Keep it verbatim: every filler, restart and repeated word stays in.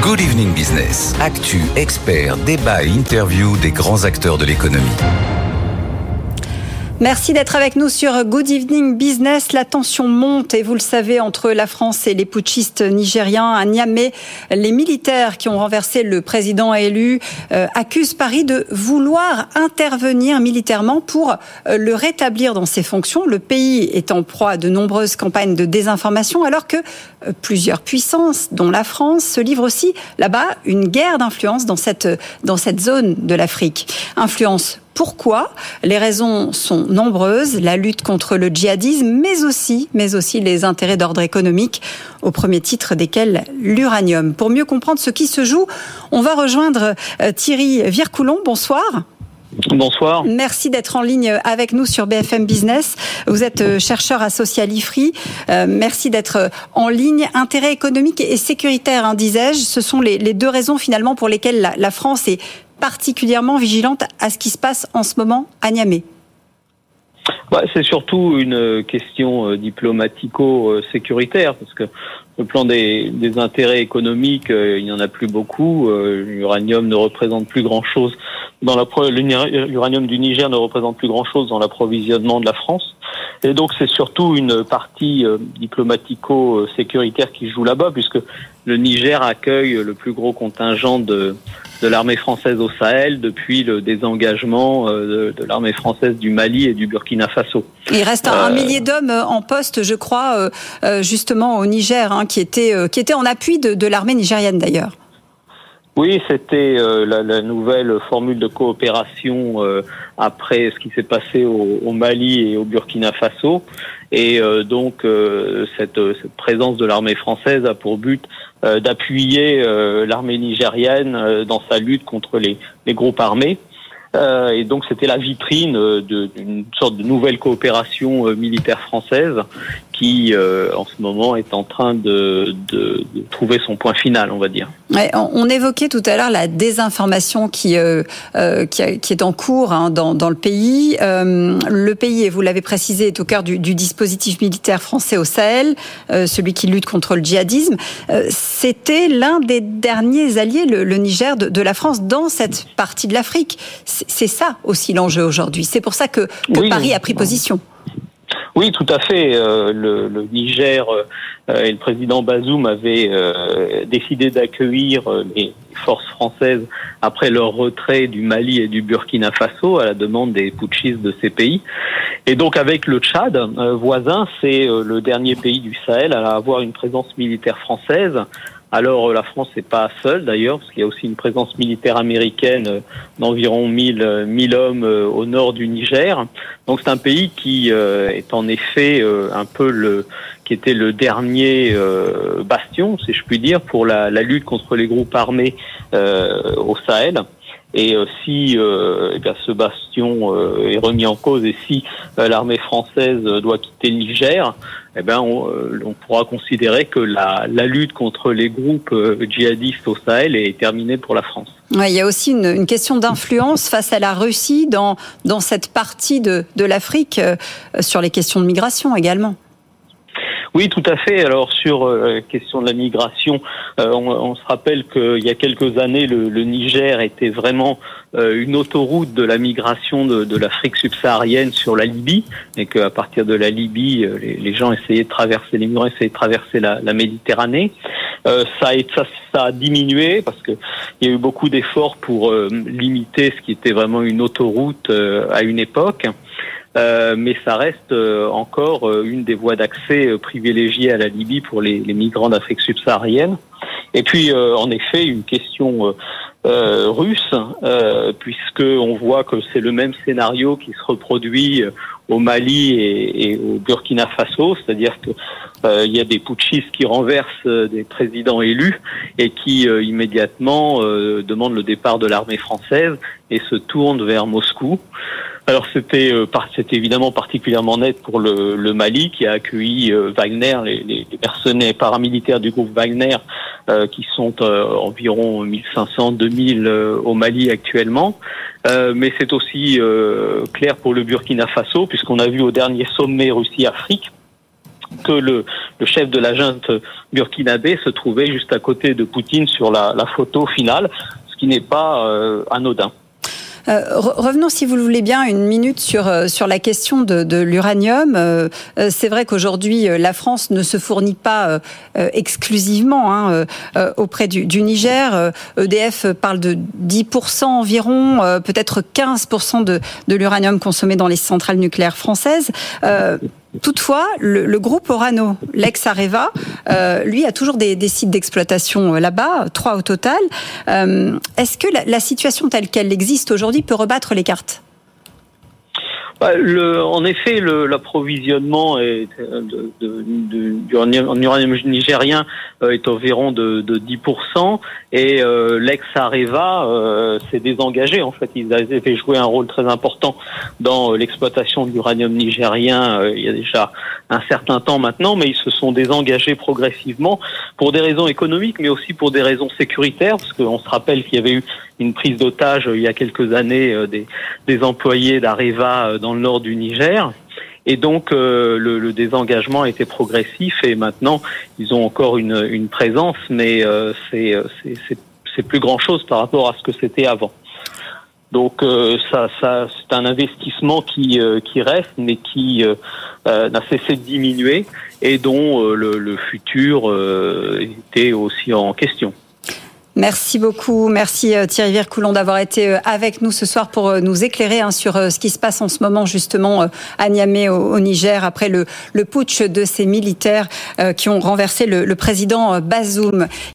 Good Evening Business. Actu, experts, débat et interview des grands acteurs de l'économie. Merci d'être avec nous sur Good Evening Business. La tension monte et vous le savez entre la France et les putschistes nigériens. À Niamey, les militaires qui ont renversé le président élu euh, accusent Paris de vouloir intervenir militairement pour euh, le rétablir dans ses fonctions. Le pays est en proie à de nombreuses campagnes de désinformation alors que euh, plusieurs puissances, dont la France, se livrent aussi là-bas une guerre d'influence dans cette, dans cette zone de l'Afrique. Influence. Pourquoi ? Les raisons sont nombreuses, la lutte contre le djihadisme, mais aussi, mais aussi les intérêts d'ordre économique, au premier titre desquels l'uranium. Pour mieux comprendre ce qui se joue, on va rejoindre Thierry Vircoulon. Bonsoir. Bonsoir. Merci d'être en ligne avec nous sur B F M Business. Vous êtes chercheur associé à l'I F R I. Euh, merci d'être en ligne. Intérêt économique et sécuritaire, hein, disais-je, ce sont les, les deux raisons finalement pour lesquelles la, la France est particulièrement vigilante à ce qui se passe en ce moment à Niamey. Bah, c'est surtout une question diplomatico-sécuritaire, parce que le plan des, des intérêts économiques, il n'y en a plus beaucoup. L'uranium ne représente plus grand-chose dans la, l'uranium du Niger ne représente plus grand-chose dans l'approvisionnement de la France. Et donc c'est surtout une partie diplomatico-sécuritaire qui joue là-bas, puisque le Niger accueille le plus gros contingent de, de l'armée française au Sahel depuis le désengagement de, de l'armée française du Mali et du Burkina Faso. Il reste un, euh, un millier d'hommes en poste, je crois, euh, justement au Niger, hein, qui était euh, qui était en appui de, de l'armée nigérienne d'ailleurs. Oui, c'était euh, la, la nouvelle formule de coopération euh, après ce qui s'est passé au, au Mali et au Burkina Faso. Et euh, donc, euh, cette, cette présence de l'armée française a pour but euh, d'appuyer euh, l'armée nigérienne euh, dans sa lutte contre les, les groupes armés. Euh, et donc, c'était la vitrine euh, de, d'une sorte de nouvelle coopération euh, militaire française qui, euh, en ce moment, est en train de, de, de trouver son point final, on va dire. Ouais, on évoquait tout à l'heure la désinformation qui, euh, euh, qui, a, qui est en cours hein, dans, dans le pays. Euh, le pays, et vous l'avez précisé, est au cœur du, du dispositif militaire français au Sahel, euh, celui qui lutte contre le djihadisme. Euh, c'était l'un des derniers alliés, le, le Niger, de, de la France dans cette partie de l'Afrique. C'est, c'est ça aussi l'enjeu aujourd'hui. C'est pour ça que, que oui, Paris a pris position. Oui, tout à fait. Euh, le, le Niger euh, et le président Bazoum avaient euh, décidé d'accueillir euh, les forces françaises après leur retrait du Mali et du Burkina Faso à la demande des putschistes de ces pays. Et donc avec le Tchad, euh, voisin, c'est euh, le dernier pays du Sahel à avoir une présence militaire française. Alors la France n'est pas seule d'ailleurs, parce qu'il y a aussi une présence militaire américaine d'environ mille, mille hommes au nord du Niger. Donc c'est un pays qui euh, est en effet euh, un peu le, qui était le dernier euh, bastion, si je puis dire, pour la, la lutte contre les groupes armés euh, au Sahel. Et euh, si euh, eh bien, ce bastion euh, est remis en cause et si euh, l'armée française doit quitter le Niger, eh ben on, euh, on pourra considérer que la, la lutte contre les groupes euh, djihadistes au Sahel est terminée pour la France. Ouais, il y a aussi une, une question d'influence face à la Russie dans dans cette partie de de l'Afrique euh, sur les questions de migration également. Oui, tout à fait. Alors sur euh, la question de la migration, euh, on, on se rappelle qu'il y a quelques années, le, le Niger était vraiment euh, une autoroute de la migration de, de l'Afrique subsaharienne sur la Libye, et qu'à partir de la Libye, euh, les, les gens essayaient de traverser les migrants, essayaient de traverser la, la Méditerranée. Euh, ça, a, ça, ça a diminué parce que il y a eu beaucoup d'efforts pour euh, limiter ce qui était vraiment une autoroute euh, à une époque. Euh, mais ça reste euh, encore euh, une des voies d'accès euh, privilégiées à la Libye pour les, les migrants d'Afrique subsaharienne. Et puis, euh, en effet, une question euh, euh, russe, euh, puisque on voit que c'est le même scénario qui se reproduit euh, au Mali et, et au Burkina Faso, c'est-à-dire que euh, il y a des putschistes qui renversent euh, des présidents élus et qui euh, immédiatement euh, demandent le départ de l'armée française et se tournent vers Moscou. Alors c'était euh, c'était évidemment particulièrement net pour le, le Mali qui a accueilli euh, Wagner, les, les, les mercenaires paramilitaires du groupe Wagner euh, qui sont euh, environ mille cinq cents à deux mille euh, au Mali actuellement. Euh, mais c'est aussi euh, clair pour le Burkina Faso puisqu'on a vu au dernier sommet Russie-Afrique que le, le chef de la junte burkinabé se trouvait juste à côté de Poutine sur la, la photo finale, ce qui n'est pas euh, anodin. Euh, revenons, si vous le voulez bien, une minute sur sur la question de, de l'uranium. Euh, c'est vrai qu'aujourd'hui, la France ne se fournit pas euh, exclusivement hein, euh, auprès du, du Niger. E D F parle de dix pour cent environ, euh, peut-être quinze pour cent de, de l'uranium consommé dans les centrales nucléaires françaises. Euh, Toutefois, le, le groupe Orano, l'ex-Areva, euh, lui a toujours des, des sites d'exploitation là-bas, trois au total. Euh, est-ce que la, la situation telle qu'elle existe aujourd'hui peut rebattre les cartes ? Le, en effet, le, l'approvisionnement est de, de, de, du en uranium nigérien est environ de, de dix pour cent et euh, l'ex-Areva euh, s'est désengagé. En fait, ils avaient joué un rôle très important dans l'exploitation de l'uranium nigérien euh, il y a déjà un certain temps maintenant, mais ils se sont désengagés progressivement pour des raisons économiques, mais aussi pour des raisons sécuritaires, parce qu'on se rappelle qu'il y avait eu une prise d'otage il y a quelques années euh, des, des employés d'Areva dans le nord du Niger. Et donc euh, le, le désengagement a été progressif et maintenant ils ont encore une, une présence, mais euh, c'est, c'est, c'est, c'est plus grand chose par rapport à ce que c'était avant. Donc euh, ça, ça, c'est un investissement qui, euh, qui reste, mais qui euh, euh, n'a cessé de diminuer et dont euh, le, le futur euh, était aussi en question. Merci beaucoup. Merci Thierry Vircoulon d'avoir été avec nous ce soir pour nous éclairer hein, sur ce qui se passe en ce moment justement à Niamey au, au Niger après le, le putsch de ces militaires euh, qui ont renversé le, le président Bazoum.